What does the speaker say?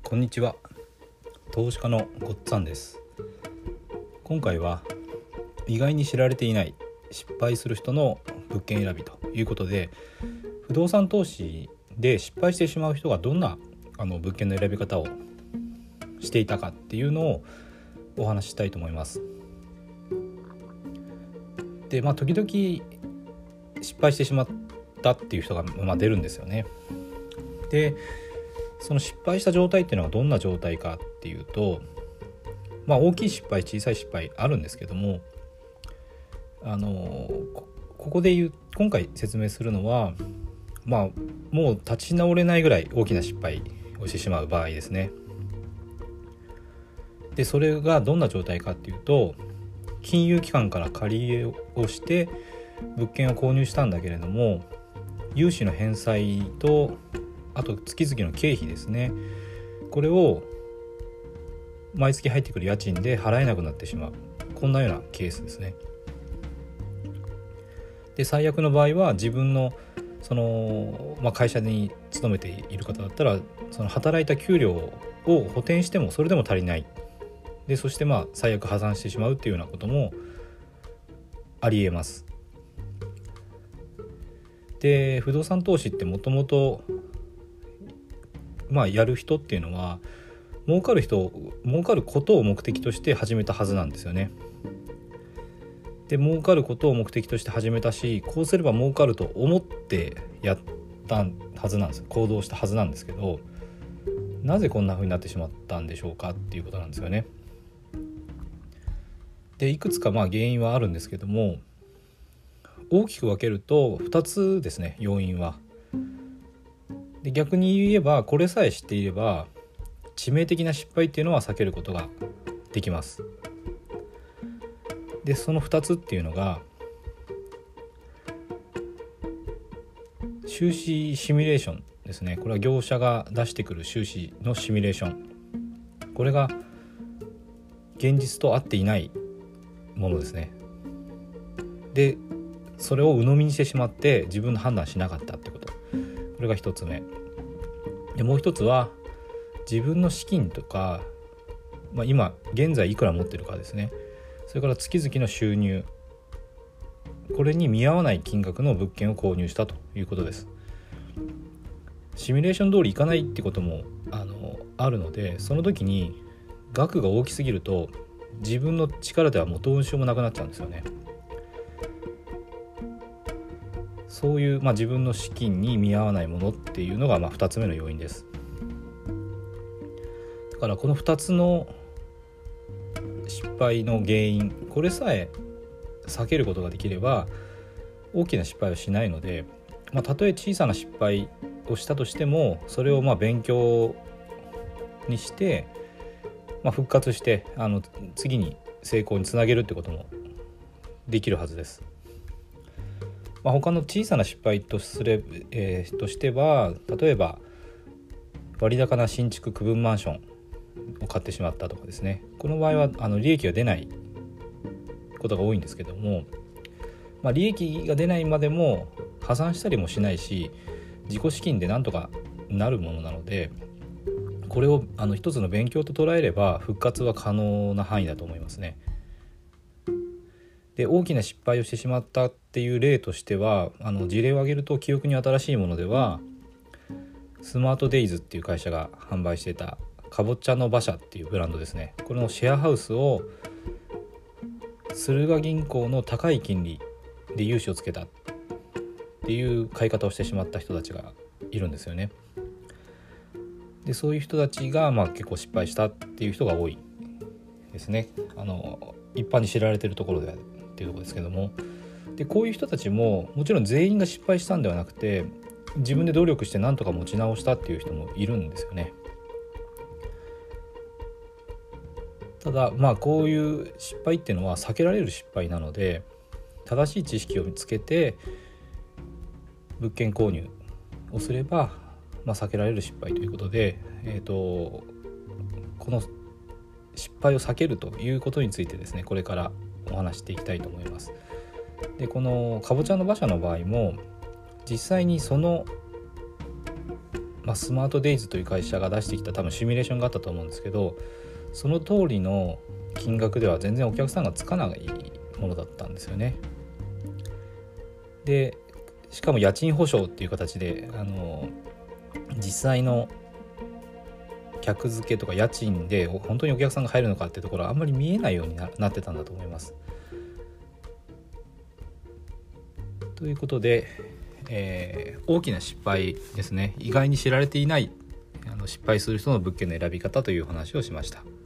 こんにちは。投資家のごっつぁんです。今回は意外に知られていない失敗する人の物件選びということで、不動産投資で失敗してしまう人がどんな物件の選び方をしていたかっていうのをお話ししたいと思います。で、時々失敗してしまったっていう人が出るんですよね。で、その失敗した状態っていうのはどんな状態かっていうと、大きい失敗、小さい失敗あるんですけども、ここで今回説明するのは、もう立ち直れないぐらい大きな失敗をしてしまう場合ですね。で、それがどんな状態かっていうと、金融機関から借り入れをして物件を購入したんだけれども、融資の返済とあと月々の経費ですね、これを毎月入ってくる家賃で払えなくなってしまう、こんなようなケースですね。で、最悪の場合は自分の会社に勤めている方だったら、その働いた給料を補填してもそれでも足りないで、そして最悪破産してしまうっていうようなこともありえます。で、不動産投資ってもともとやる人っていうのは儲かることを目的として始めたはずなんですよね。で、儲かることを目的として始めたし、こうすれば儲かると思ってやったはずなんです、行動したはずなんですけど、なぜこんな風になってしまったんでしょうかっていうことなんですよね。で、いくつか原因はあるんですけども、大きく分けると2つですね、要因は。で、逆に言えばこれさえ知っていれば致命的な失敗っていうのは避けることができます。で、その2つっていうのが、収支シミュレーションですね。これは業者が出してくる収支のシミュレーション、これが現実と合っていないものですね。で、それを鵜呑みにしてしまって自分の判断しなかったってこと、これが1つ目で、もう1つは自分の資金とか、今現在いくら持ってるかですね、それから月々の収入、これに見合わない金額の物件を購入したということです。シミュレーション通りいかないってこともあるので、その時に額が大きすぎると自分の力ではもうどうしようもなくなっちゃうんですよね。そういう、自分の資金に見合わないものっていうのが2つ目の要因です。だからこの2つの失敗の原因、これさえ避けることができれば大きな失敗はしないので、たとえ小さな失敗をしたとしても、それを勉強にして、復活して次に成功につなげるってこともできるはずです。他の小さな失敗としては、例えば割高な新築区分マンションを買ってしまったとかですね。この場合は利益が出ないことが多いんですけども、利益が出ないまでも破産したりもしないし、自己資金でなんとかなるものなので、これを一つの勉強と捉えれば復活は可能な範囲だと思いますね。で、大きな失敗をしてしまったっていう例としては、事例を挙げると記憶に新しいものでは、スマートデイズっていう会社が販売していたかぼちゃの馬車っていうブランドですね。このシェアハウスを駿河銀行の高い金利で融資をつけたっていう買い方をしてしまった人たちがいるんですよね。で、そういう人たちが結構失敗したっていう人が多いですね。一般に知られているところでっていうところですけども、で、こういう人たちももちろん全員が失敗したんではなくて、自分で努力して何とか持ち直したっていう人もいるんですよね。ただこういう失敗っていうのは避けられる失敗なので、正しい知識を見つけて物件購入をすれば避けられる失敗ということで、この失敗を避けるということについてですね、これからお話していきたいと思います。で、このかぼちゃの馬車の場合も実際にその、 スマートデイズという会社が出してきた多分シミュレーションがあったと思うんですけど、その通りの金額では全然お客さんがつかないものだったんですよね。でしかも家賃保証っていう形で実際の客付けとか家賃で本当にお客さんが入るのかっていうところはあんまり見えないように なってたんだと思います。ということで、大きな失敗ですね、意外に知られていない失敗する人の物件の選び方という話をしました。